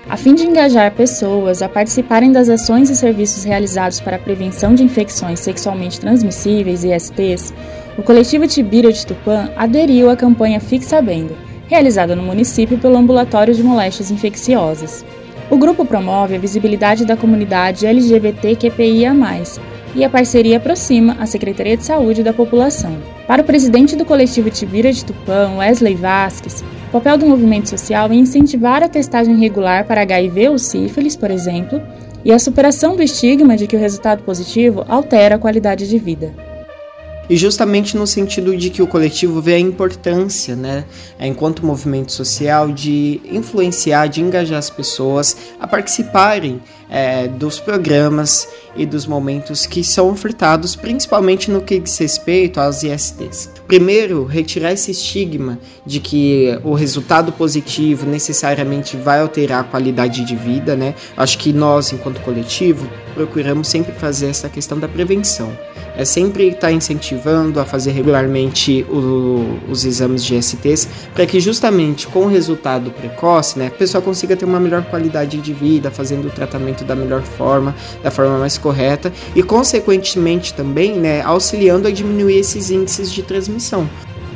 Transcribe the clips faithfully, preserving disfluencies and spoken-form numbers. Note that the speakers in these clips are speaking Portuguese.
A fim de engajar pessoas a participarem das ações e serviços realizados para a prevenção de infecções sexualmente transmissíveis e I S Ts, o coletivo Tibira de Tupã aderiu à campanha Fique Sabendo, realizada no município pelo Ambulatório de Moléstias Infecciosas. O grupo promove a visibilidade da comunidade L G B T Q I A mais, e a parceria aproxima a Secretaria de Saúde da população. Para o presidente do coletivo Tibira de Tupã, Wesley Vasques, o papel do movimento social é incentivar a testagem regular para H I V ou sífilis, por exemplo, e a superação do estigma de que o resultado positivo altera a qualidade de vida. E justamente no sentido de que o coletivo vê a importância, né, enquanto movimento social, de influenciar, de engajar as pessoas a participarem é, dos programas e dos momentos que são ofertados, principalmente no que diz respeito às I S Ts. Primeiro, retirar esse estigma de que o resultado positivo necessariamente vai alterar a qualidade de vida, né? Acho que nós, enquanto coletivo, procuramos sempre fazer essa questão da prevenção. É sempre estar incentivando a fazer regularmente o, os exames de I S Ts, para que justamente com o resultado precoce, né, a pessoa consiga ter uma melhor qualidade de vida, fazendo o tratamento da melhor forma, da forma mais correta e, consequentemente, também, né, auxiliando a diminuir esses índices de transmissão.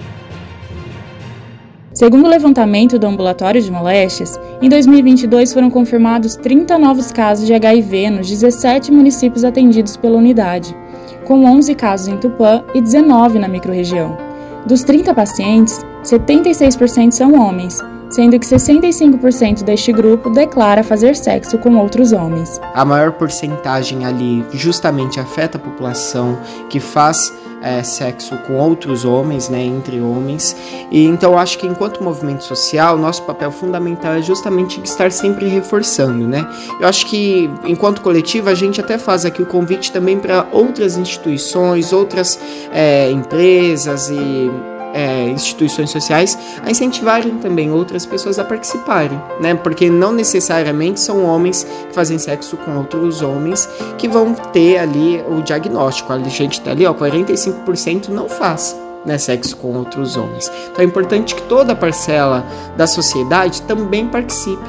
Segundo o levantamento do Ambulatório de Moléstias, em dois mil e vinte e dois foram confirmados trinta novos casos de H I V nos dezessete municípios atendidos pela unidade, com onze casos em Tupã e dezenove na microrregião. Dos trinta pacientes, setenta e seis por cento são homens, sendo que sessenta e cinco por cento deste grupo declara fazer sexo com outros homens. A maior porcentagem ali justamente afeta a população que faz é, sexo com outros homens, né, entre homens. E então acho que enquanto movimento social, nosso papel fundamental é justamente estar sempre reforçando, né? Eu acho que enquanto coletivo a gente até faz aqui o convite também para outras instituições, outras é, empresas e É, instituições sociais a incentivarem também outras pessoas a participarem, né? Porque não necessariamente são homens que fazem sexo com outros homens que vão ter ali o diagnóstico. A gente tá ali, ó, quarenta e cinco por cento não faz, né, sexo com outros homens. Então é importante que toda a parcela da sociedade também participe.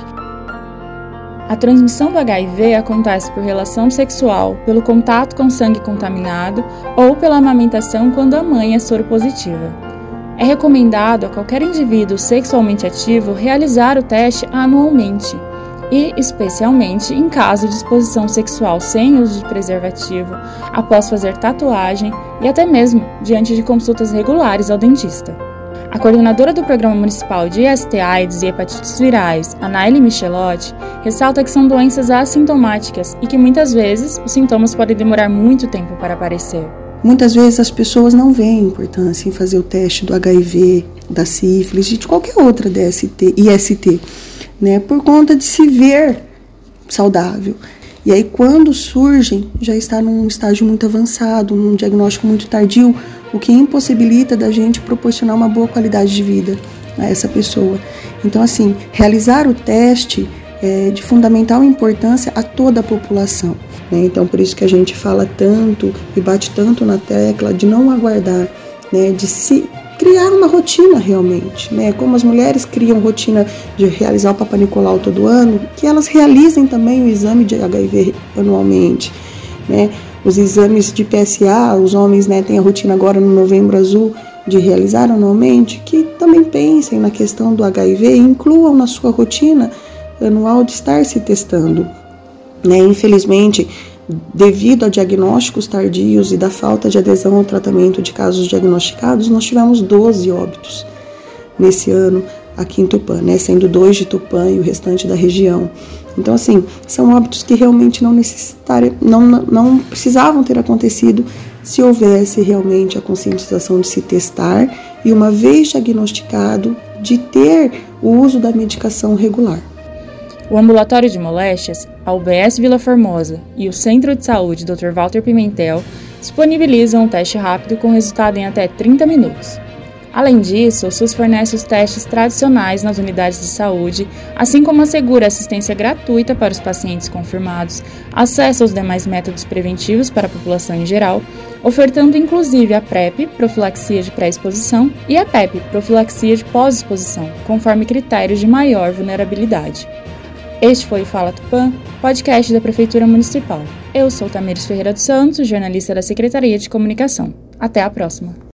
A transmissão do H I V acontece por relação sexual, pelo contato com sangue contaminado ou pela amamentação quando a mãe é soropositiva. É recomendado a qualquer indivíduo sexualmente ativo realizar o teste anualmente e, especialmente, em caso de exposição sexual sem uso de preservativo, após fazer tatuagem e até mesmo diante de consultas regulares ao dentista. A coordenadora do Programa Municipal de I S T AIDS e Hepatites Virais, Anaíle Michelotti, ressalta que são doenças assintomáticas e que muitas vezes os sintomas podem demorar muito tempo para aparecer. Muitas vezes as pessoas não veem importância em fazer o teste do H I V, da sífilis, de qualquer outra D S T, I S T, né, por conta de se ver saudável. E aí quando surgem, já está num estágio muito avançado, num diagnóstico muito tardio, o que impossibilita da gente proporcionar uma boa qualidade de vida a essa pessoa. Então, assim, realizar o teste é de fundamental importância a toda a população. Então, por isso que a gente fala tanto e bate tanto na tecla de não aguardar, né, de se criar uma rotina realmente, né, como as mulheres criam rotina de realizar o Papa Nicolau todo ano, que elas realizem também o exame de H I V anualmente, né, os exames de P S A, os homens, né, têm a rotina agora no Novembro Azul de realizar anualmente, que também pensem na questão do H I V e incluam na sua rotina anual de estar se testando. Né, infelizmente, devido a diagnósticos tardios e da falta de adesão ao tratamento de casos diagnosticados, nós tivemos doze óbitos nesse ano aqui em Tupã, né, sendo dois de Tupã e o restante da região. Então, assim, são óbitos que realmente não, não, não precisavam ter acontecido se houvesse realmente a conscientização de se testar e, uma vez diagnosticado, de ter o uso da medicação regular. O Ambulatório de Moléstias, a U B S Vila Formosa e o Centro de Saúde doutor Walter Pimentel disponibilizam um teste rápido com resultado em até trinta minutos. Além disso, o SUS fornece os testes tradicionais nas unidades de saúde, assim como assegura assistência gratuita para os pacientes confirmados, acesso aos demais métodos preventivos para a população em geral, ofertando inclusive a PrEP, profilaxia de pré-exposição, e a PEP, profilaxia de pós-exposição, conforme critérios de maior vulnerabilidade. Este foi o Fala Tupã, podcast da Prefeitura Municipal. Eu sou Tamires Ferreira dos Santos, jornalista da Secretaria de Comunicação. Até a próxima!